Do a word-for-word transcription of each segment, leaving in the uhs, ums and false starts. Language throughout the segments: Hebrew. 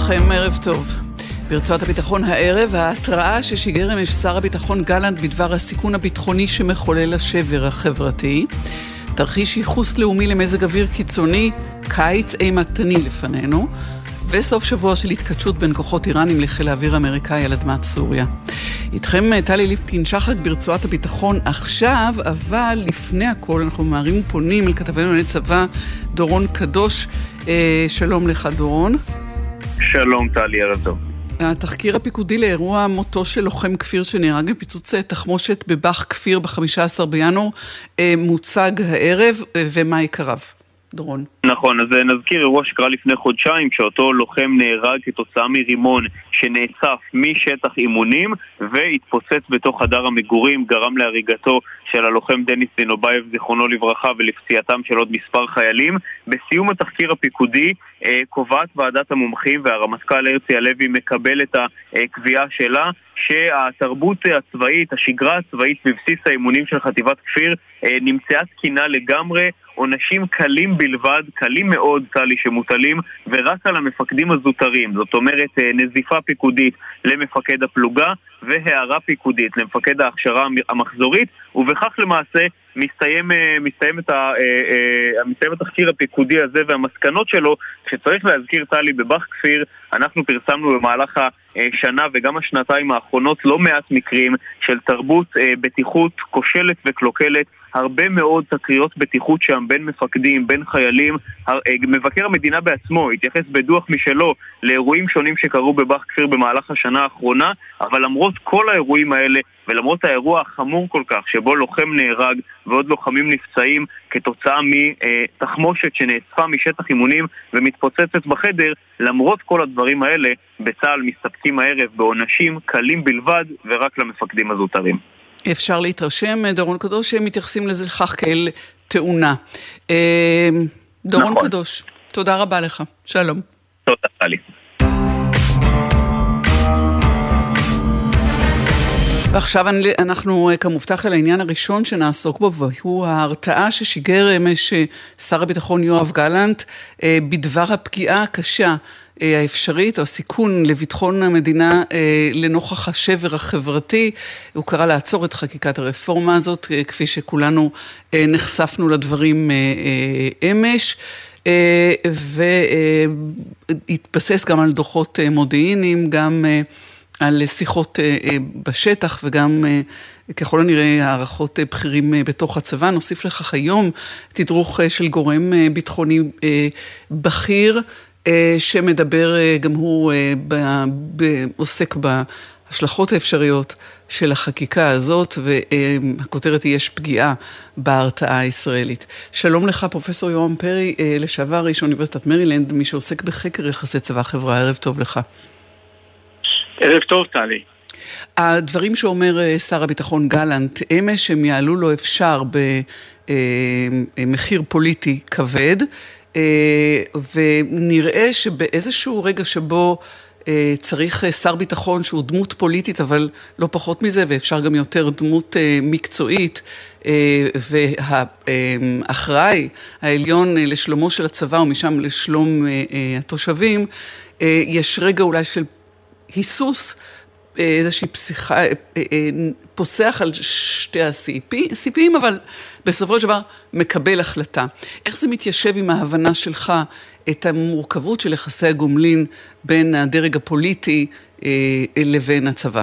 לכם, ערב טוב. ברצועת הביטחון הערב, ההתראה ששיגר אמש שר הביטחון גלנט בדבר הסיכון הביטחוני שמחולל השבר החברתי. תרחיש ייחוס לאומי למזג אוויר קיצוני, קיץ אימתני לפנינו, וסוף שבוע של התקדשות בין כוחות איראנים לחיל האוויר האמריקאי על אדמת סוריה. איתכם טלי ליפקין-שחק ברצועת הביטחון עכשיו, אבל לפני הכל אנחנו ממהרים ופונים אל כתבנו לענייני צבא דורון קדוש. אה, שלום לך דורון. שלום טלי, ערב טוב. התחקיר הפיקודי לאירוע מותו של לוחם כפיר שנהרג בפיצוץ תחמושת בבח כפיר ב-חמישה עשר בינואר מוצג הערב, ומה עיקריו? דורון. נכון, אז נזכיר אירוע שקרה לפני חודשיים, שאותו לוחם נהרג כתוצאה מרימון שנאסף משטח אימונים והתפוצץ בתוך חדר המגורים, גרם להריגתו של הלוחם דניס דינובייב זיכרונו לברכה ולפציעתם של עוד מספר חיילים. בסיום התחקיר הפיקודי אה, קובעת ועדת המומחים, והרמטכ"ל הרצי הלוי מקבל את הקביעה שלה שהתרבות הצבאית, השגרה הצבאית בבסיס האימונים של חטיבת כפיר אה, נמצאה תקינה לגמרי. עונשים קלים בלבד, קלים מאוד טלי, שמוטלים ורק על המפקדים הזוטרים. זאת אומרת נזיפה פיקודית למפקד הפלוגה והערה פיקודית למפקד ההכשרה המחזורית, ובכך למעשה מסתיים, מסתיים את ה, מסתיים התחקיר הפיקודי הזה והמסקנות שלו. שצריך להזכיר טלי, בבח כפיר אנחנו פרסמנו במהלך השנה וגם השנתיים האחרונות לא מעט מקרים של תרבות בטיחות כושלת וקלוקלת, הרבה מאוד תקריות בטיחות שם בין מפקדים, בין חיילים. מבקר המדינה בעצמו התייחס בדוח משלו לאירועים שונים שקרו בבח כפיר במהלך השנה האחרונה, אבל למרות כל האירועים האלה ולמרות האירוע החמור כל כך שבו לוחם נהרג ועוד לוחמים נפצעים כתוצאה מתחמושת שנאספה משטח אימונים ומתפוצצת בחדר, למרות כל הדברים האלה בצה"ל מסתפקים הערב בעונשים קלים בלבד ורק למפקדים הזוטרים. אפשר להתרשם, דורון קדוש, שהם מתייחסים לזה לכך כאל תאונה. דורון נכון. קדוש, תודה רבה לך. שלום. תודה לי. ועכשיו אנחנו כמובטח על העניין הראשון שנעסוק בו, והוא ההרתעה ששיגר אמש שר הביטחון יואב גלנט בדבר הפגיעה הקשה האפשרית או הסיכון לביטחון המדינה לנוכח השבר החברתי. הוא קרא לעצור את חקיקת הרפורמה הזאת, כפי שכולנו נחשפנו לדברים אמש, והתבסס גם על דוחות מודיעיניים, גם על שיחות בשטח וגם ככל הנראה הערכות בכירים בתוך הצבא. נוסיף לכך היום תדרוך של גורם ביטחוני בכיר שמדבר גם הוא עוסק בהשלכות האפשריות של החקיקה הזאת, והכותרת היא יש פגיעה בהרתעה הישראלית. שלום לך פרופסור יורם פרי, לשעבר ראש אוניברסיטת מרילנד, מי שעוסק בחקר יחסי צבא חברה. ערב טוב לך. ערב טוב טלי. הדברים שאומר שר הביטחון גלנט אמש הם יעלו לו אפשר במחיר פוליטי כבד, ונראה שבאיזשהו רגע שבו צריך שר ביטחון שהוא דמות פוליטית, אבל לא פחות מזה, ואפשר גם יותר דמות מקצועית, והאחראי העליון לשלומו של הצבא ומשם לשלום התושבים, יש רגע אולי של היסוס, איזושהי פסיכה, פוסח על שתי הסיפים, אבל בסופו של דבר מקבל החלטה. איך זה מתיישב עם ההבנה שלך את המורכבות של יחסי הגומלין בין הדרג הפוליטי לבין הצבא?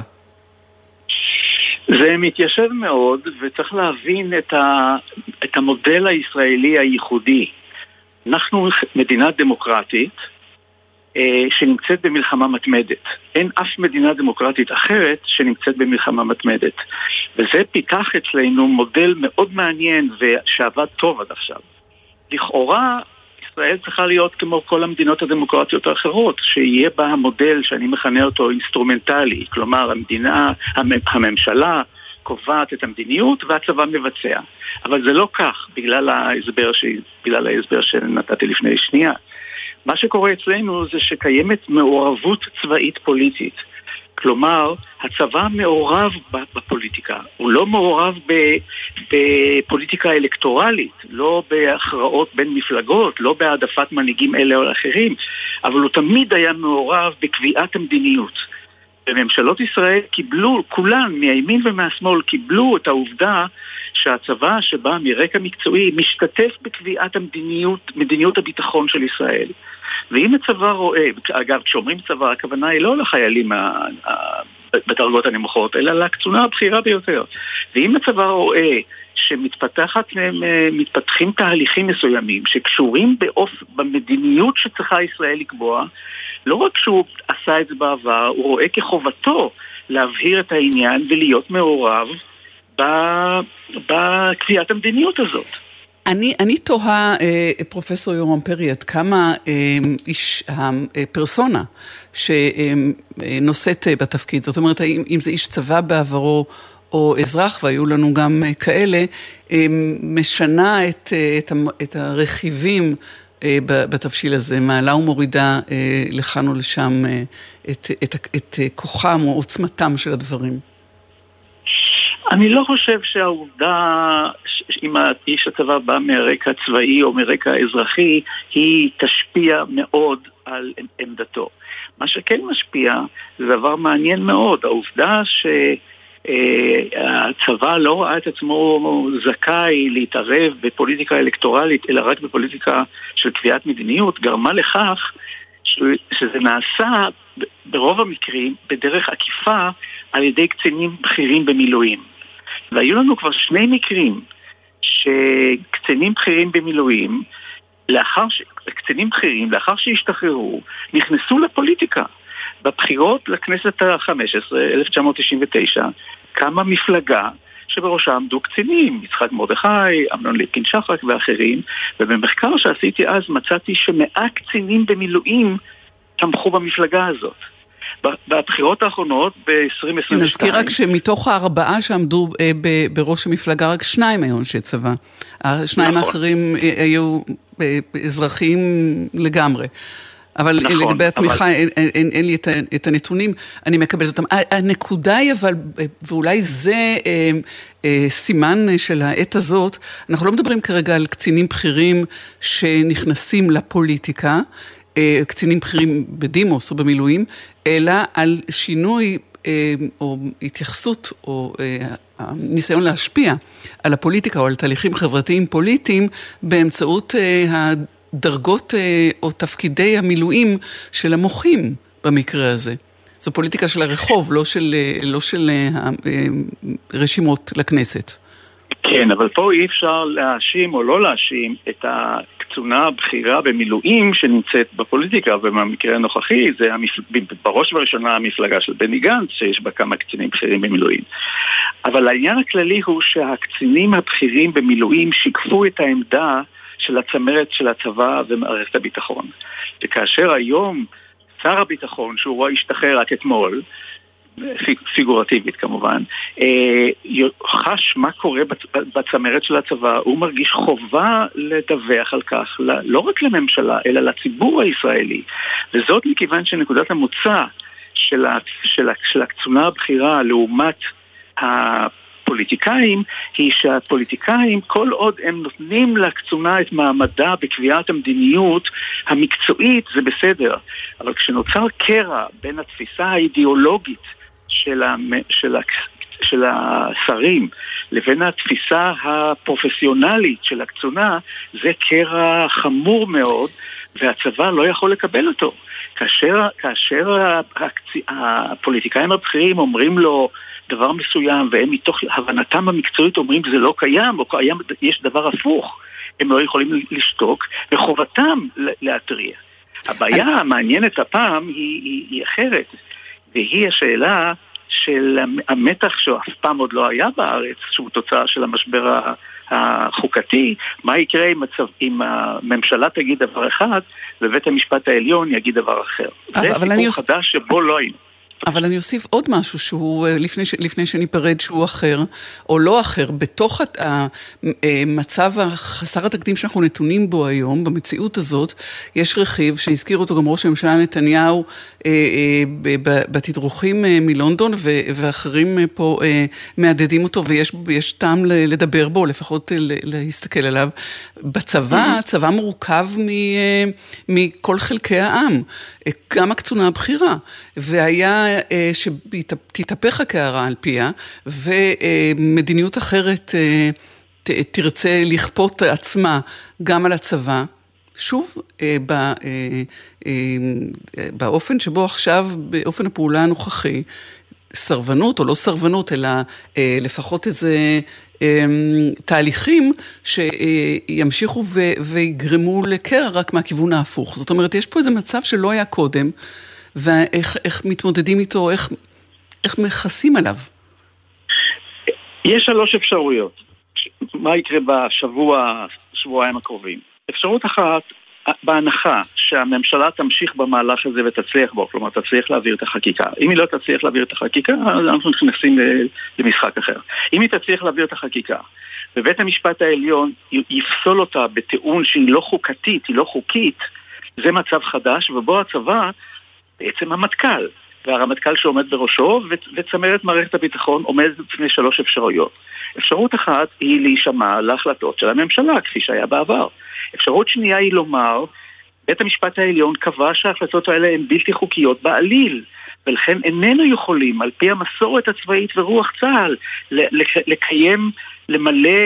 זה מתיישב מאוד, וצריך להבין את, ה, את המודל הישראלי הייחודי. אנחנו מדינה דמוקרטית, שנמצאת במלחמה מתמדת. אין אף מדינה דמוקרטית אחרת שנמצאת במלחמה מתמדת. וזה פיתח אצלנו מודל מאוד מעניין ושעבד טוב עד עכשיו. לכאורה, ישראל צריכה להיות כמו כל המדינות הדמוקרטיות האחרות, שיהיה בה המודל שאני מכנה אותו אינסטרומנטלי, כלומר המדינה, הממשלה קובעת את המדיניות והצבא מבצע. אבל זה לא כך, בגלל ההסבר, ש... בגלל ההסבר שנתתי לפני שנייה. מה שקורה אצלנו זה שקיימת מעורבות צבאית פוליטית. כלומר, הצבא מעורב בפוליטיקה, הוא לא מעורב בפוליטיקה אלקטורלית, לא בהכרעות בין מפלגות, לא בהעדפת מנהיגים אלה או אחרים, אבל הוא תמיד היה מעורב בקביעת המדיניות. וממשלות ישראל קיבלו, כולן, מהימין ומהשמאל, קיבלו את העובדה שהצבא שבא מרקע מקצועי משתתף בקביעת המדיניות, מדיניות הביטחון של ישראל. ואם הצבא רואה, אגב, כשאומרים צבא, הכוונה היא לא לחיילים בדרגות הנמוכות, אלא לקצונה הבכירה ביותר. ואם הצבא רואה שמתפתחת, מתפתחים תהליכים מסוימים, שקשורים באופ, במדיניות שצריכה ישראל לקבוע, לא רק שהוא עשה את זה בעבר, הוא רואה כחובתו להבהיר את העניין ולהיות מעורב בקביעת המדיניות הזאת. אני, אני תוהה, פרופסור יורם פרי, עד כמה איש הפרסונה שנושאת בתפקיד, זאת אומרת, אם זה איש צבא בעברו או אזרח, והיו לנו גם כאלה, משנה את, את, את הרכיבים בתבשיל הזה, מעלה ומורידה לכאן או לשם את, את, את כוחם או עוצמתם של הדברים. אני לא חושב שהעובדה, אם האיש הצבא בא מרקע צבאי או מרקע אזרחי, היא תשפיע מאוד על עמדתו. מה שכן משפיע זה דבר מעניין מאוד, העובדה שהצבא לא ראה את עצמו זכאי להתערב בפוליטיקה אלקטורלית, אלא רק בפוליטיקה של קביעת מדיניות, גרמה לכך שזה נעשה ברוב המקרים בדרך עקיפה על ידי קצינים בכירים במילואים. והיו לנו כבר שני מקרים שקצינים בכירים במילואים, לאחר ש... קצינים בכירים, לאחר שהשתחררו, נכנסו לפוליטיקה. בבחירות לכנסת ה-חמש עשרה, אלף תשע מאות תשעים ותשע, קמה מפלגה שבראשה עמדו קצינים, יצחק מרדכי, אמנון ליפקין שחק ואחרים, ובמחקר שעשיתי אז מצאתי שמאה קצינים במילואים תמכו במפלגה הזאת. בבחירות האחרונות ב-עשרים עשרים ושתיים... נזכיר רק שמתוך הארבעה שעמדו בראש המפלגה רק שניים היו אנשי צבא. השניים האחרים היו אזרחים לגמרי. אבל לגבי התמיכה אין לי את הנתונים, אני מקבלת אותם. הנקודה היא אבל, ואולי זה סימן של העת הזאת, אנחנו לא מדברים כרגע על קצינים בכירים שנכנסים לפוליטיקה, קצינים בכירים בדימוס או במילואים, אלא על שינוי או התייחסות או ניסיון להשפיע על הפוליטיקה או על תהליכים חברתיים פוליטיים באמצעות הדרגות או תפקידי המילואים של המוחים במקרה הזה. זו פוליטיקה של הרחוב, לא של, לא של רשימות לכנסת. כן, אבל פה אי אפשר להאשים או לא להאשים את הקצונה הבכירה במילואים שנמצאת בפוליטיקה, ובמקרה הנוכחי זה המפ... בראש ובראשונה המפלגה של בני גנץ, שיש בה כמה קצינים בכירים במילואים. אבל העניין הכללי הוא שהקצינים הבכירים במילואים שיקפו את העמדה של הצמרת של הצבא ומערכת הביטחון. וכאשר היום שר הביטחון, שהוא רואה השתחרר רק אתמול, פיגורטיבית כמובן, חש מה קורה בצמרת של הצבא, הוא מרגיש חובה לדווח על כך, לא רק לממשלה, אלא לציבור הישראלי. וזאת מכיוון שנקודת המוצא של, של, של הקצונה הבכירה לעומת הפוליטיקאים, היא שהפוליטיקאים, כל עוד הם נותנים לקצונה את מעמדה בקביעת המדיניות המקצועית, זה בסדר. אבל כשנוצר קרע בין התפיסה האידיאולוגית של, המ... של, ה... של השרים לבין התפיסה הפרופסיונלית של הקצונה, זה קרע חמור מאוד, והצבא לא יכול לקבל אותו. כאשר, כאשר הקצ... הפוליטיקאים הבכירים אומרים לו דבר מסוים, והם מתוך הבנתם המקצועית אומרים זה לא קיים, או קיים, יש דבר הפוך, הם לא יכולים לשתוק, וחובתם להתריע. הבעיה המעניינת הפעם היא, היא, היא אחרת, והיא השאלה של המתח שאף פעם עוד לא היה בארץ, שהוא תוצאה של המשבר החוקתי, מה יקרה אם, מצב, אם הממשלה תגיד דבר אחד, ובית המשפט העליון יגיד דבר אחר. זה סיפור חדש שבו לא היינו. אבל אני אוסיף עוד משהו שהוא, לפני, ש... לפני שניפרד, שהוא אחר, או לא אחר, בתוך המצב החסר התקדים שאנחנו נתונים בו היום, במציאות הזאת, יש רכיב שהזכיר אותו גם ראש הממשלה נתניהו, בתדרוכים מלונדון, ואחרים פה מעדדים אותו, ויש טעם לדבר בו, לפחות להסתכל עליו. בצבא, הצבא מורכב מכל חלקי העם, גם הקצונה הבכירה, והיה שתתהפך הקערה על פיה, ומדיניות אחרת תרצה לכפות עצמה גם על הצבא, שוב, באופן שבו עכשיו, באופן הפעולה הנוכחי, סרבנות או לא סרבנות, אלא לפחות איזה תהליכים שימשיכו ויגרמו לקרע רק מהכיוון ההפוך. זאת אומרת, יש פה איזה מצב שלא היה קודם, ואיך איך מתמודדים איתו, איך, איך מכסים עליו? יש שלוש אפשרויות. מה יקרה בשבוע, שבועיים הקרובים? אפשרות אחת, בהנחה שהממשלה תמשיך במהלך הזה ותצליח בו, כלומר תצליח להעביר את החקיקה. אם היא לא תצליח להעביר את החקיקה, אז אנחנו נכנסים למשחק אחר. אם היא תצליח להעביר את החקיקה, ובית המשפט העליון יפסול אותה בטיעון שהיא לא חוקתית, היא לא חוקית, זה מצב חדש, ובו הצבא, בעצם המטכ"ל, והרמטכ"ל שעומד בראשו, וצמרת מערכת הביטחון עומד בפני שלוש אפשרויות. אפשרות אחת היא להישמע להחלטות של הממשלה, כפי שהיה בעבר. אפשרות שנייה היא לומר, בית המשפט העליון קבע שההחלטות האלה הן בלתי חוקיות בעליל, ולכן איננו יכולים, על פי המסורת הצבאית ורוח צה"ל, לקיים, למלא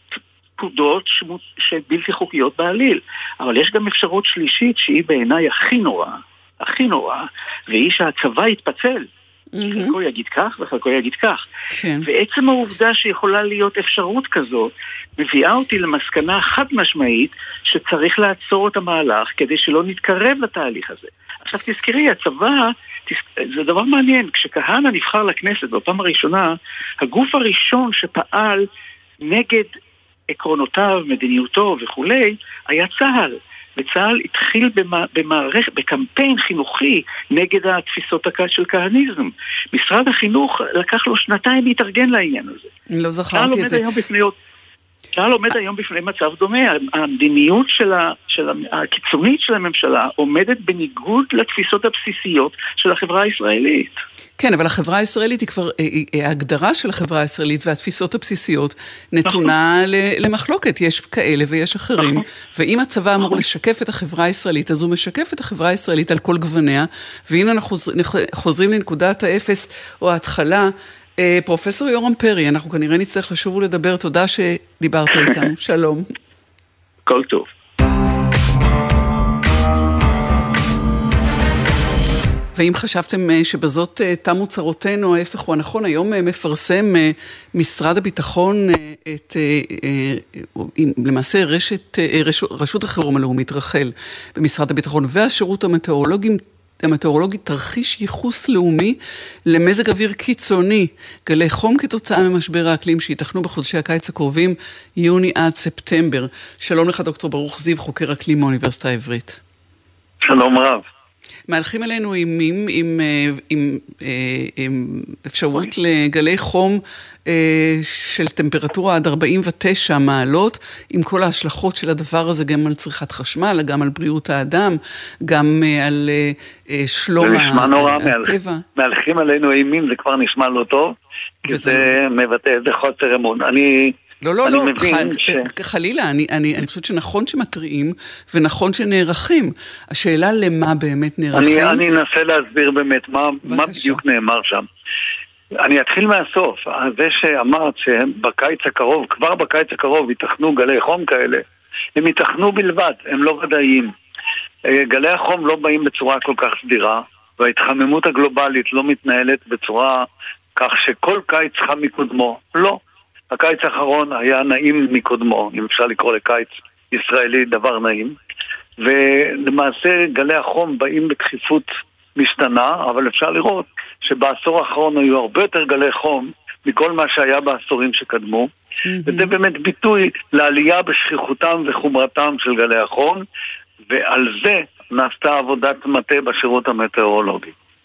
פקודות שהן בלתי חוקיות בעליל. אבל יש גם אפשרות שלישית שהיא בעיניי הכי נורא, הכי נורא, והיא שהצבא יתפצל. Mm-hmm. חלקו יגיד כך וחלקו יגיד כך. כן. ועצם העובדה שיכולה להיות אפשרות כזאת, מביאה אותי למסקנה חד משמעית שצריך לעצור את המהלך כדי שלא נתקרב לתהליך הזה. עכשיו תזכרי, הצבא, זה דבר מעניין, כשכהנא נבחר לכנסת בפעם הראשונה, הגוף הראשון שפעל נגד עקרונותיו, מדיניותו וכולי, היה צה"ל. וצה"ל התחיל במערכת, בקמפיין חינוכי נגד התפיסות של כהניזם. משרד החינוך לקח לו שנתיים להתארגן לעניין הזה. לא זכרתי את זה. צה"ל עומד היום בפני מצב דומה. המדיניות של ה, של הקיצונית של הממשלה עומדת בניגוד לתפיסות הבסיסיות של החברה הישראלית. כן, אבל החברה הישראלית היא כבר, ההגדרה של החברה הישראלית והתפיסות הבסיסיות נתונה למחלוקת, יש כאלה ויש אחרים, ואם הצבא אמור לשקף את החברה הישראלית, אז הוא משקף את החברה הישראלית על כל גווניה, והנה אנחנו חוזרים לנקודת האפס או ההתחלה. פרופסור יורם פרי, אנחנו כנראה נצטרך לשוב ולדבר, תודה שדיברת איתנו, שלום. כל טוב. ואם חשבתם שבזאת תמו צרותינו, ההפך הוא הנכון, היום מפרסם משרד הביטחון את, למעשה רשת, רשות החירום הלאומית, רחל, במשרד הביטחון, והשירות המטאורולוגי, המטאורולוגי תרחיש ייחוס לאומי למזג אוויר קיצוני, גלי חום כתוצאה ממשבר האקלים שיתכנו בחודשי הקיץ הקרובים, יוני עד ספטמבר. שלום לך דוקטור ברוך זיו, חוקר אקלים מאוניברסיטה העברית. שלום רב. מהלכים עלינו עם, עם, עם, עם, עם אפשרות לגלי חום של טמפרטורה עד ארבעים ותשע מעלות, עם כל ההשלכות של הדבר הזה גם על צריכת חשמל, גם על בריאות האדם, גם על שלום הטבע. מהלכים עלינו אימים, זה כבר נשמע לא טוב, כי זה מבטא איזה חוסר אמון. אני... לא, לא, לא, חלילה, אני חושבת שנכון שמטריעים ונכון שנערכים. השאלה למה באמת נערכים? אני אנסה להסביר באמת מה בדיוק נאמר שם. אני אתחיל מהסוף. זה שאמרת שבקיץ הקרוב, כבר בקיץ הקרוב ייתכנו גלי חום כאלה, הם ייתכנו בלבד, הם לא ודאיים. גלי החום לא באים בצורה כל כך סדירה, וההתחממות הגלובלית לא מתנהלת בצורה כך שכל קיץ חם מקודמו. לא. הקיץ האחרון היה נעים מקודמו, אם אפשר לקרוא לקיץ ישראלי דבר נעים, ולמעשה גלי החום באים בדחיפות משתנה, אבל אפשר לראות שבעשור האחרון היו הרבה יותר גלי חום מכל מה שהיה בעשורים שקדמו, mm-hmm. וזה באמת ביטוי לעלייה בשכיחותם וחומרתם של גלי החום, ועל זה נעשתה עבודת מטה בשירות המטאורולוגי.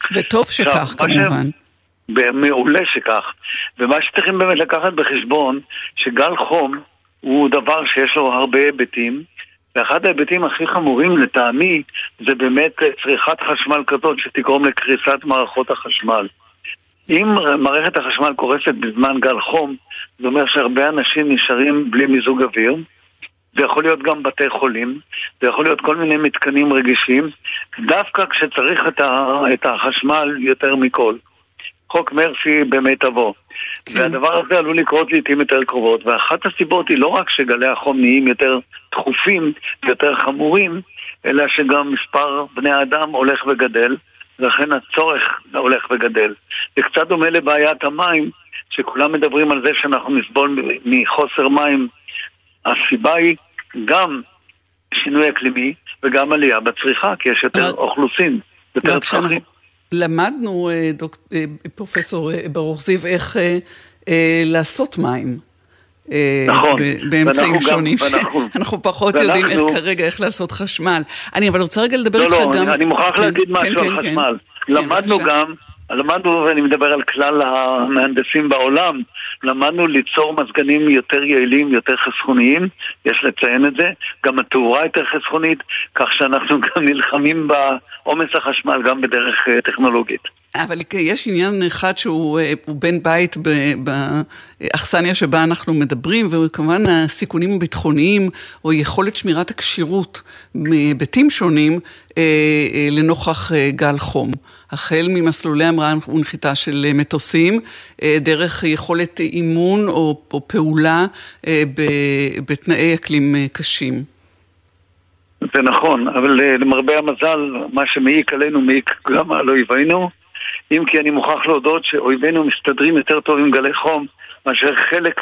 וטוב שכך כמובן. מעולה שכך. ומה שצריכים באמת לקחת בחשבון, שגל חום הוא דבר שיש לו הרבה היבטים, ואחד ההיבטים הכי חמורים לטעמי, זה באמת צריכת חשמל כזאת שתגרום לקריסת מערכות החשמל. אם מערכת החשמל קורסת בזמן גל חום, זה אומר שהרבה אנשים נשארים בלי מיזוג אוויר, זה יכול להיות גם בתי חולים, זה יכול להיות כל מיני מתקנים רגישים, דווקא כשצריך את, ה, את החשמל יותר מכל. חוק מרפי במיטבו. כן. והדבר הזה עלול לקרות לעתים יותר קרובות, ואחת הסיבות היא לא רק שגלי החום נהיים יותר דחופים, יותר חמורים, אלא שגם מספר בני האדם הולך וגדל, ולכן הצורך הולך וגדל. זה קצת דומה לבעיית המים, שכולם מדברים על זה שאנחנו נסבול מחוסר מים. הסיבה היא גם שינוי אקלימי וגם עלייה בצריכה, כי יש יותר אוכלוסין, יותר צרכים. למדנו, דוק, פרופסור ברוך זיו, איך לעשות מים. נכון. באמצעים שונים. אנחנו פחות יודעים איך כרגע, איך לעשות חשמל. אני אבל רוצה רגע לדבר איתך גם... לא, לא, אני מוכרח להגיד משהו על חשמל. למדנו גם... למדנו, ואני מדבר על כלל המהנדסים בעולם, למדנו ליצור מזגנים יותר יעילים, יותר חסכוניים, יש לציין את זה, גם התאורה יותר חסכונית, כך שאנחנו גם נלחמים בעומס החשמל, גם בדרך טכנולוגית. אבל יש עניין אחד שהוא בן בית באכסניה שבה אנחנו מדברים, וכמובן הסיכונים הביטחוניים, או יכולת שמירת הקשירות מהיבטים שונים, לנוכח גל חום. החל ממסלולי המראה ונחיתה של מטוסים, דרך יכולת אימון או, או פעולה בתנאי אקלים קשים. זה נכון, אבל למרבה המזל, מה שמעיק עלינו מעיק גם על אויבינו, אם כי אני מוכרח להודות שאויבינו מסתדרים יותר טוב עם גלי חום, מאשר חלק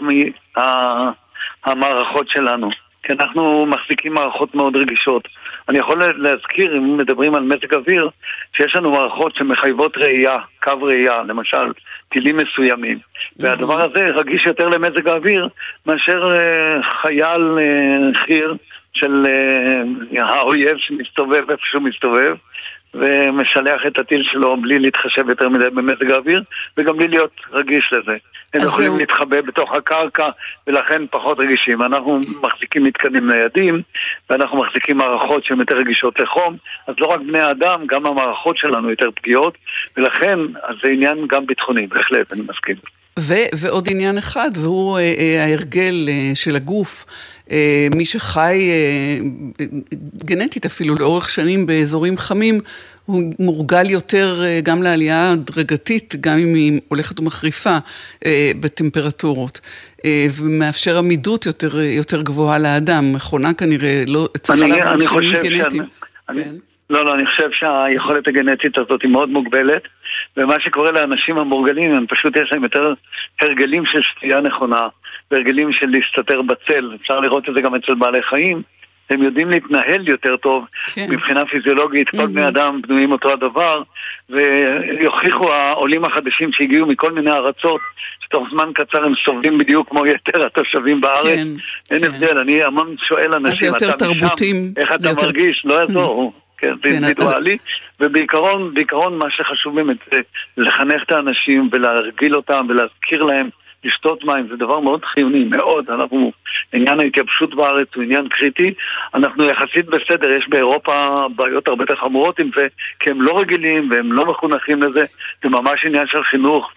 מהמערכות שלנו. כי אנחנו מחזיקים מערכות מאוד רגישות. אני יכול להזכיר, אם מדברים על מזג אוויר, שיש לנו מערכות שמחייבות ראייה, קו ראייה, למשל, טילים מסוימים. והדבר הזה רגיש יותר למזג האוויר, מאשר חייל חיר של האויב שמסתובב איפה שהוא מסתובב, ומשלח את הטיל שלו בלי להתחשב יותר מדי במזג האוויר, וגם בלי להיות רגיש לזה. הם יכולים להתחבא בתוך הקרקע, ולכן פחות רגישים. אנחנו מחזיקים מתקנים ניידים, ואנחנו מחזיקים מערכות שהן יותר רגישות לחום, אז לא רק בני האדם, גם המערכות שלנו יותר פגיעות, ולכן אז זה עניין גם ביטחוני, בהחלט, אני מסכים. ו- ועוד עניין אחד, והוא אה, אה, ההרגל אה, של הגוף, אה, מי שחי אה, גנטית אפילו לאורך שנים באזורים חמים, הוא מורגל יותר גם לעלייה דרגתית, גם אם היא הולכת ומחריפה בטמפרטורות, ומאפשר עמידות יותר, יותר גבוהה לאדם. מכונה כנראה לא צריכה לעבור שינויים גנטיים. לא, לא, אני חושב שהיכולת הגנטית הזאת היא מאוד מוגבלת, ומה שקורה לאנשים המורגלים, הם פשוט יש להם יותר הרגלים של שתייה נכונה, והרגלים של להסתתר בצל. אפשר לראות את זה גם אצל בעלי חיים. הם יודעים להתנהל יותר טוב, כן. מבחינה פיזיולוגית, כל בני אדם בנויים אותו הדבר, ויוכיחו העולים החדשים שהגיעו מכל מיני ארצות, שתוך זמן קצר הם סובלים בדיוק כמו יתר התושבים בארץ. כן, אין כן. הבדל, אני המון שואל אנשים, אתה תרבותים, משם, איך אתה יותר... מרגיש, לא יעזור, כן, זה אינדיבידואלי, ובעיקרון, בעיקרון מה שחשוב באמת זה לחנך את האנשים ולהרגיל אותם ולהזכיר להם, לשתות מים, זה דבר מאוד חיוני, מאוד. אנחנו, עניין ההתייבשות בארץ הוא עניין קריטי. אנחנו יחסית בסדר, יש באירופה בעיות הרבה יותר חמורות עם זה, כי הם לא רגילים והם לא מחונכים לזה. זה ממש עניין של חינוך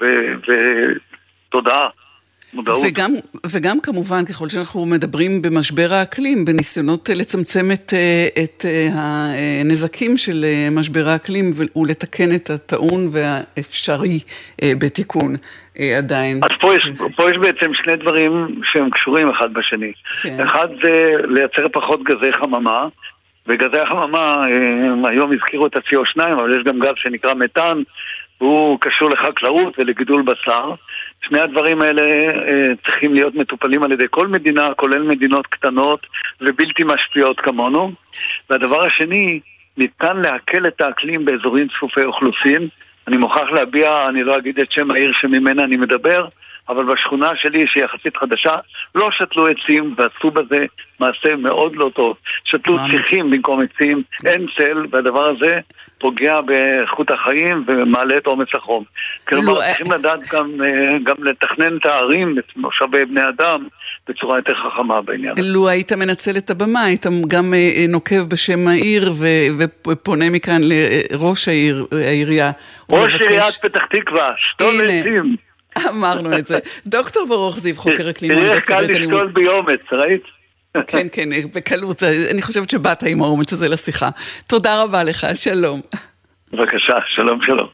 ותודעה. וגם, וגם כמובן, ככל שאנחנו מדברים במשבר האקלים, בניסיונות לצמצם את, את הנזקים של משבר האקלים ולתקן את הטעון והאפשרי בתיקון עדיין. אז פה יש, פה יש בעצם שני דברים שהם קשורים אחד בשני. כן. אחד זה לייצר פחות גזי חממה, וגזי החממה, היום הזכירו את ה-סי או טו, אבל יש גם גז שנקרא מתאן, הוא קשור לחקלאות ולגידול בשר. שני הדברים האלה אה, צריכים להיות מטופלים על ידי כל מדינה, כולל מדינות קטנות ובלתי משפיעות כמונו. והדבר השני, ניתן להקל את האקלים באזורים צפופי אוכלוסין. אני מוכרח להביע, אני לא אגיד את שם העיר שממנה אני מדבר, אבל בשכונה שלי שהיא יחסית חדשה לא שתלו עצים ועשו בזה מעשה מאוד לא טוב. שתלו צריכים במקום עצים, אין צל, והדבר הזה פוגע באיכות החיים ומעלה את עומס החום. כלומר, צריכים לדעת גם, גם לתכנן את הערים, את מושבי בני אדם, בצורה יותר חכמה בעניין. לו היית מנצל את הבמה, היית גם נוקב בשם העיר ופונה מכאן לראש העיר, העירייה. ראש עיריית פתח תקווה, שתול עצים. אמרנו את זה. דוקטור ברוך זיו, חוקר אקלים. תראה איך קל לשתול ביומץ, ראית? כן, כן, בקלות. אני חושבת שבאת עם האומץ הזה לשיחה. תודה רבה לך, שלום. בבקשה, שלום, שלום.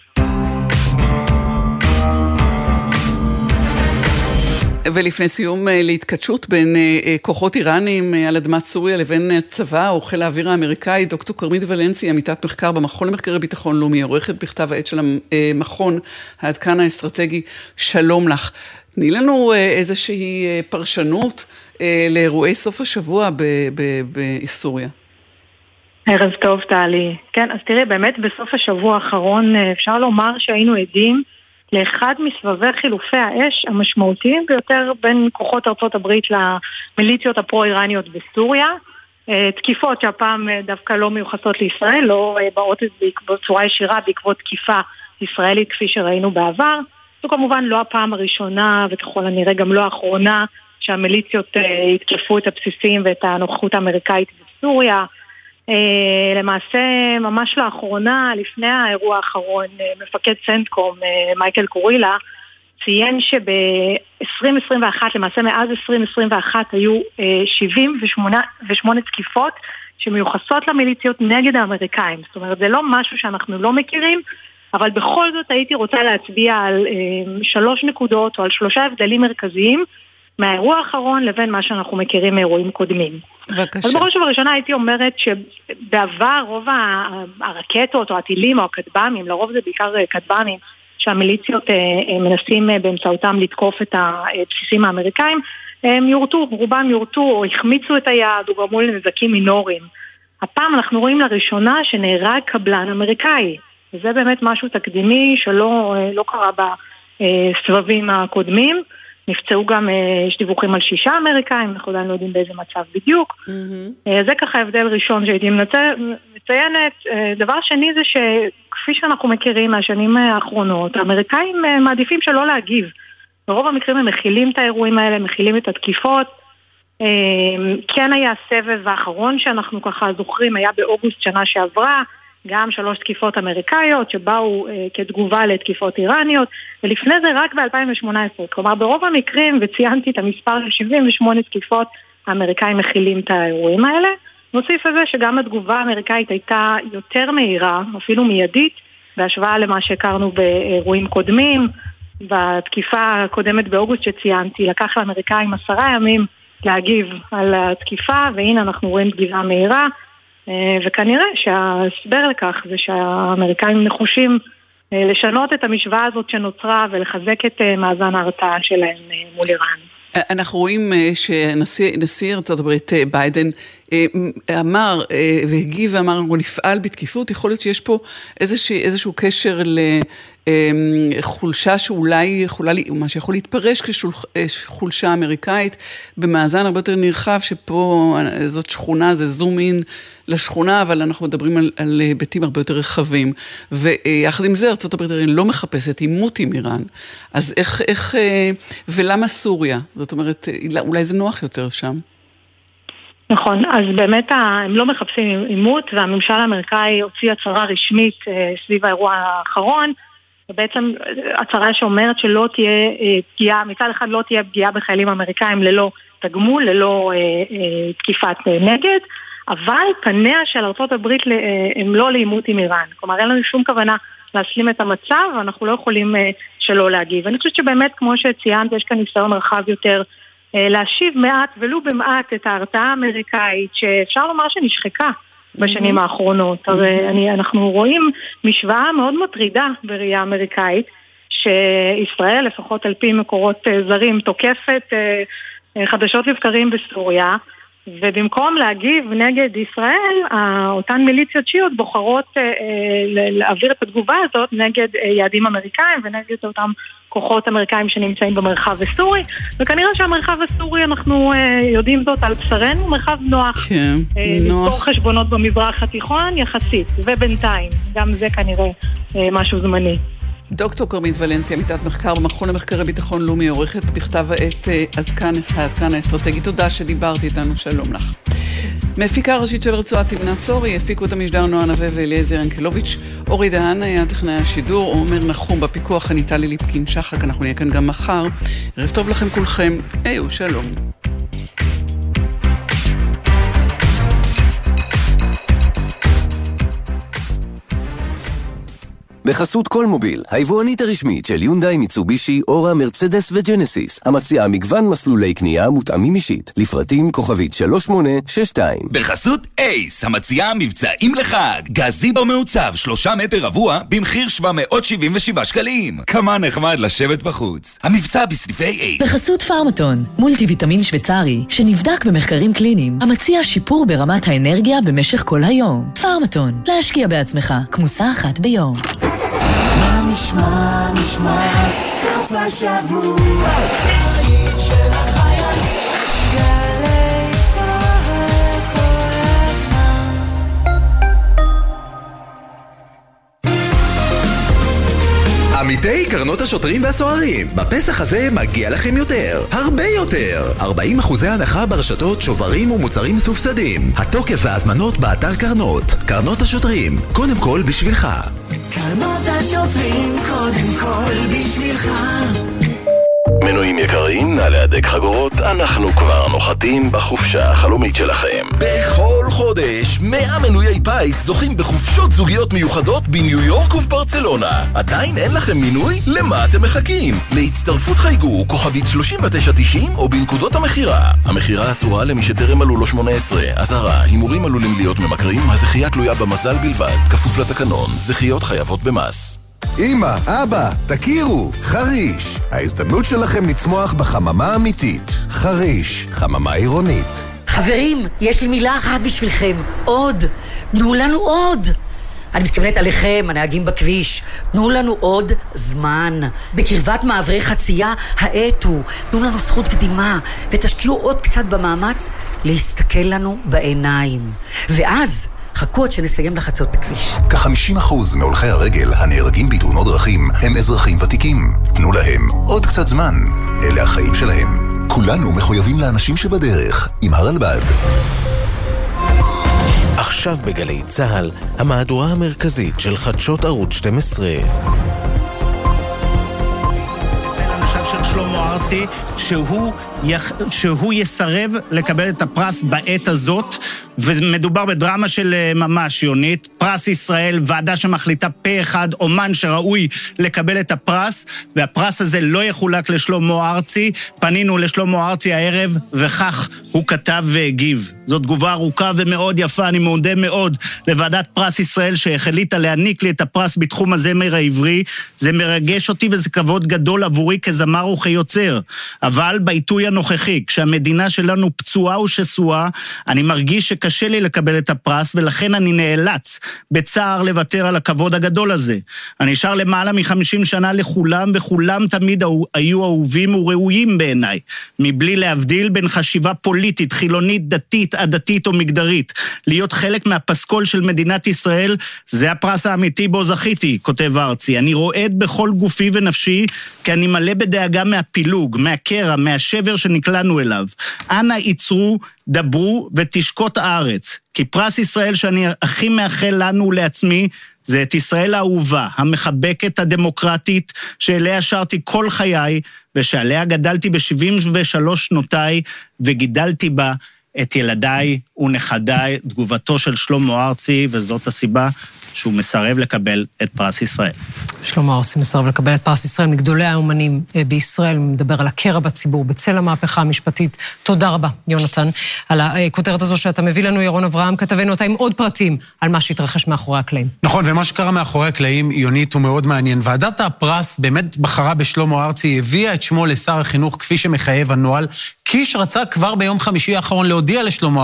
ולפני סיום, להתקדשות בין כוחות איראנים על אדמת סוריה לבין צבא או חיל האוויר האמריקאי, דוקטור כרמית ולנסי, עמיתת מחקר במכון למחקרי ביטחון לאומי, עורכת בכתב העת של המכון העדכן האסטרטגי. שלום לך. תני לנו איזושהי פרשנות לאירועי סוף השבוע בסוריה. ערב טוב, טלי. כן, אז תראי, באמת בסוף השבוע האחרון אפשר לומר שהיינו עדים לאחד מסבבי חילופי האש המשמעותיים ביותר בין כוחות ארצות הברית למיליציות הפרו-איראניות בסוריה. תקיפות שהפעם דווקא לא מיוחסות לישראל, לא באות בצורה ישירה בעקבות תקיפה ישראלית כפי שראינו בעבר. זו כמובן לא הפעם הראשונה וככל הנראה גם לא האחרונה שהמיליציות התקפו את הבסיסים ואת הנוכחות האמריקאית בסוריה. למעשה ממש לאחרונה, לפני האירוע האחרון, מפקד סנטקום מייקל קורילה ציין שב-עשרים עשרים ואחת, למעשה מאז עשרים עשרים ואחת היו שבעים ושמונה תקיפות שמיוחסות למיליציות נגד האמריקאים. זאת אומרת, זה לא משהו שאנחנו לא מכירים, אבל בכל זאת הייתי רוצה להצביע על שלוש נקודות או על שלושה הבדלים מרכזיים מהאירוע האחרון לבין מה שאנחנו מכירים מאירועים קודמים. בבקשה. אז בראש ובראשונה הייתי אומרת שבעבר רוב הרקטות או הטילים או הכטב"מים, לרוב זה בעיקר כטב"מים, שהמיליציות מנסים באמצעותם לתקוף את הבסיסים האמריקאים, הם יורטו, רובם יורטו או החמיצו את היעד או גרמו לנזקים מינוריים. הפעם אנחנו רואים לראשונה שנהרג קבלן אמריקאי, וזה באמת משהו תקדימי שלא לא קרה בסבבים הקודמים. נפצעו גם, יש דיווחים על שישה אמריקאים, אנחנו עדיין לא יודעים באיזה מצב בדיוק. Mm-hmm. זה ככה הבדל ראשון שהייתי מציינת. דבר שני זה שכפי שאנחנו מכירים מהשנים האחרונות, האמריקאים מעדיפים שלא להגיב. ברוב המקרים הם מכילים את האירועים האלה, מכילים את התקיפות. כן היה הסבב האחרון שאנחנו ככה זוכרים, היה באוגוסט שנה שעברה, גם שלוש תקיפות אמריקאיות שבאו אה, כתגובה לתקיפות איראניות, ולפני זה רק ב-אלפיים שמונה עשרה. כלומר, ברוב המקרים, וציינתי את המספר של שבעים ושמונה תקיפות, האמריקאים מכילים את האירועים האלה. נוסיף לזה שגם התגובה האמריקאית הייתה יותר מהירה, אפילו מיידית, בהשוואה למה שהכרנו באירועים קודמים. בתקיפה הקודמת באוגוסט שציינתי, לקח לאמריקאים עשרה ימים להגיב על התקיפה, והנה אנחנו רואים תגיבה מהירה, וכנראה שההסבר לכך זה שהאמריקאים נחושים לשנות את המשוואה הזאת שנוצרה ולחזק את מאזן ההרתעה שלהם מול איראן. אנחנו רואים שנשיא ארצות הברית ביידן אמר והגיב ואמר הוא נפעל בתקיפות, יכול להיות שיש פה איזשהו, איזשהו קשר לחולשה שאולי יכולה, מה שיכול להתפרש כחולשה אמריקאית במאזן הרבה יותר נרחב, שפה זאת שכונה, זה זום אין לשכונה, אבל אנחנו מדברים על, על ביתים הרבה יותר רחבים, ויחד עם זה ארצות הברית לא מחפשת עימות עם איראן, אז איך, איך, ולמה סוריה? זאת אומרת, אולי זה נוח יותר שם. נכון, אז באמת הם לא מחפשים עימות, והממשל האמריקאי הוציא הצהרה רשמית סביב האירוע האחרון, ובעצם הצהרה שאומרת שלא תהיה פגיעה, מצד אחד לא תהיה פגיעה בחיילים אמריקאים ללא תגמול, ללא תקיפת נגד, אבל פניה של ארצות הברית הם לא לעימות עם איראן. כלומר, אין לנו שום כוונה להשלים את המצב, ואנחנו לא יכולים שלא להגיב. אני חושבת שבאמת, כמו שציינת, יש כאן ניסיון רחב יותר להשיב מעט ולו במעט את ההרתעה האמריקאית, שאפשר לומר שנשחקה בשנים האחרונות. הרי אני, אנחנו רואים משוואה מאוד מטרידה בראייה אמריקאית, שישראל, לפחות על פי מקורות זרים, תוקפת חדשות לבקרים בסוריה, ובמקום להגיב נגד ישראל, אותן מיליציות שיעיות בוחרות להעביר את התגובה הזאת נגד יעדים אמריקאים ונגד אותם כוחות אמריקאים שנמצאים במרחב הסורי, וכנראה שהמרחב הסורי, אנחנו יודעים זאת על בשרנו, מרחב נוח. כן, נוח. לפתור חשבונות במזרח התיכון יחסית, ובינתיים, גם זה כנראה משהו זמני. דוקטור קרמית ולנסיה, עמיתת מחקר במכון למחקרי ביטחון לאומי, עורכת בכתב העת עד כאן, עד כאן האסטרטגית. תודה שדיברתי איתנו, שלום לך. מפיקה הראשית של רצועת תמנת צורי, הפיקו את המשדר נועה נווה ואליעזר ינקלוביץ', אורי דהן היה טכנאי השידור, עומר נחום בפיקוח, אני טלי ליפקין שחק, אנחנו נהיה כאן גם מחר. ערב טוב לכם כולכם, היו שלום. בחסות כל מוביל, היבואנית הרשמית של יונדאי, מיצובישי, אורה, מרצדס וג'נסיס, המציעה מגוון מסלולי קנייה מותאמים אישית, לפרטים כוכבית שלוש שמונה שש שתיים. בחסות אייס, המציעה מבצעים לחג, גזיבו מעוצב שלושה מטר רבוע במחיר שבע מאות שבעים ושבעה שקלים. כמה נחמד לשבת בחוץ. המבצע בסניפי אייס. בחסות פארמטון, מולטי ויטמין שוויצרי, שנבדק במחקרים קליניים, המציע שיפור ברמת האנרגיה במשך כל היום. פארמטון, להשקיע בעצמך, כמוסה אחת ביום. נשמע, נשמע, סוף השבוע, היית של החייל, גלי צהל כל הזמן. עמיתי קרנות השוטרים והסוהרים, בפסח הזה מגיע לכם יותר, הרבה יותר. ארבעים אחוזי הנחה ברשתות, שוברים ומוצרים סופסדים. התוקף וההזמנות באתר קרנות. קרנות השוטרים, קודם כל בשבילך. קרנות השוטרים, קודם כל בשבילך. מנויים יקרים, נא להדק חגורות, אנחנו כבר נוחתים בחופשה החלומית שלכם. בכל חודש, מאה מנויי פייס זוכים בחופשות זוגיות מיוחדות בניו יורק ובברצלונה. עדיין אין לכם מינוי? למה אתם מחכים? להצטרפות חייגו כוכבית שלושים ותשע תשעים או בנקודות המחירה. המחירה אסורה למי שטרם מלאו לו שמונה עשרה. אזהרה, הימורים עלולים להיות ממכרים, הזכייה תלויה במזל בלבד. כפוף לתקנון, זכיות חייבות במס. אמא, אבא, תכירו, חריש. ההזדמנות שלכם לצמוח בחממה אמיתית. חריש, חממה עירונית. חברים, יש לי מילה אחת בשבילכם. עוד. תנו לנו עוד. אני מתכוונת עליכם, הנהגים בכביש. תנו לנו עוד זמן. בקרבת מעברי חצייה, האטו. תנו לנו זכות קדימה. ותשקיעו עוד קצת במאמץ להסתכל לנו בעיניים. ואז חכו עד שנסיים לחצות בכביש. כ-חמישים אחוז מהולכי הרגל הנהרגים בתאונות דרכים הם אזרחים ותיקים. תנו להם עוד קצת זמן. אלה החיים שלהם. כולנו מחויבים לאנשים שבדרך, עם הרלב"ד. עכשיו בגלי צהל, המהדורה המרכזית של חדשות ערוץ שתים עשרה. של שלמה ארצי שהוא, יח... שהוא יסרב לקבל את הפרס בעת הזאת, ומדובר בדרמה של ממש יונית. פרס ישראל, ועדה שמחליטה פה אחד, אומן שראוי לקבל את הפרס, והפרס הזה לא יחולק לשלמה ארצי. פנינו לשלמה ארצי הערב, וכך הוא כתב והגיב. זו תגובה ארוכה ומאוד יפה, אני מודה מאוד לוועדת פרס ישראל שהחליטה להעניק לי את הפרס בתחום הזמר העברי. זה מרגש אותי וזה כבוד גדול עבורי כזמר וכיוצר. אבל בעיתוי הנוכחי, כשהמדינה שלנו פצועה ושסועה, אני מרגיש שקשה לי לקבל את הפרס, ולכן אני נאלץ בצער לוותר על הכבוד הגדול הזה. אני שר למעלה מחמישים שנה לכולם, וכולם תמיד היו אהובים וראויים בעיניי, מבלי להבדיל בין חשיבה פוליטית, חילונית, דתית, עדתית או מגדרית. להיות חלק מהפסקול של מדינת ישראל, זה הפרס האמיתי בו זכיתי, כותב ארצי. אני רועד בכל גופי ונפשי, כי אני מלא בדאגה מהפילוג, מהקרע, מהשבר שנקלענו אליו. אנא ייצרו, דברו ותשקוט הארץ. כי פרס ישראל שאני הכי מאחל לנו לעצמי, זה את ישראל האהובה, המחבקת, הדמוקרטית, שאליה שרתי כל חיי, ושעליה גדלתי ב-שבעים ושלוש שנותיי, וגידלתי בה את ילדיי ונכדיי. תגובתו של שלמה ארצי, וזאת הסיבה שהוא מסרב לקבל את פרס ישראל. שלמה ארצי מסרב לקבל את פרס ישראל מגדולי האומנים בישראל, מדבר על הקרע בציבור, בצל המהפכה המשפטית. תודה רבה, יונתן, על הכותרת הזו שאתה מביא לנו. ירון אברהם, כתבנו אותה עם עוד פרטים על מה שהתרחש מאחורי הקלעים. נכון, ומה שקרה מאחורי הקלעים, יונית, הוא מאוד מעניין. ועדת הפרס באמת בחרה בשלמה ארצי, הביאה את שמו לשר החינוך כפי שמחייב הנוהל. קיש רצה כבר ביום חמישי האחרון להודיע לשלמה ארצי, עם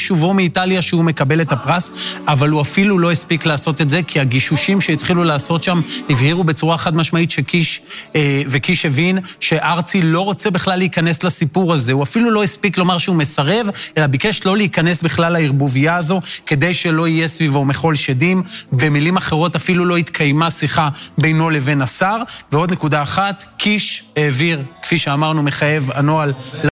בשובו מאיטליה שהוא מקבל את הפרס, אבל הוא אפילו לא הספיק לעשות את זה, כי הגישושים שהתחילו לעשות שם הבהירו בצורה חד משמעית שקיש אה, וקיש הבין שארצי לא רוצה בכלל להיכנס לסיפור הזה. הוא אפילו לא הספיק לומר שהוא מסרב, אלא ביקש לא להיכנס בכלל לערבוביה הזו, כדי שלא יהיה סביבו מחול שדים. במילים אחרות אפילו לא התקיימה שיחה בינו לבין השר. ועוד נקודה אחת, קיש העביר, כפי שאמרנו מחייב הנוהל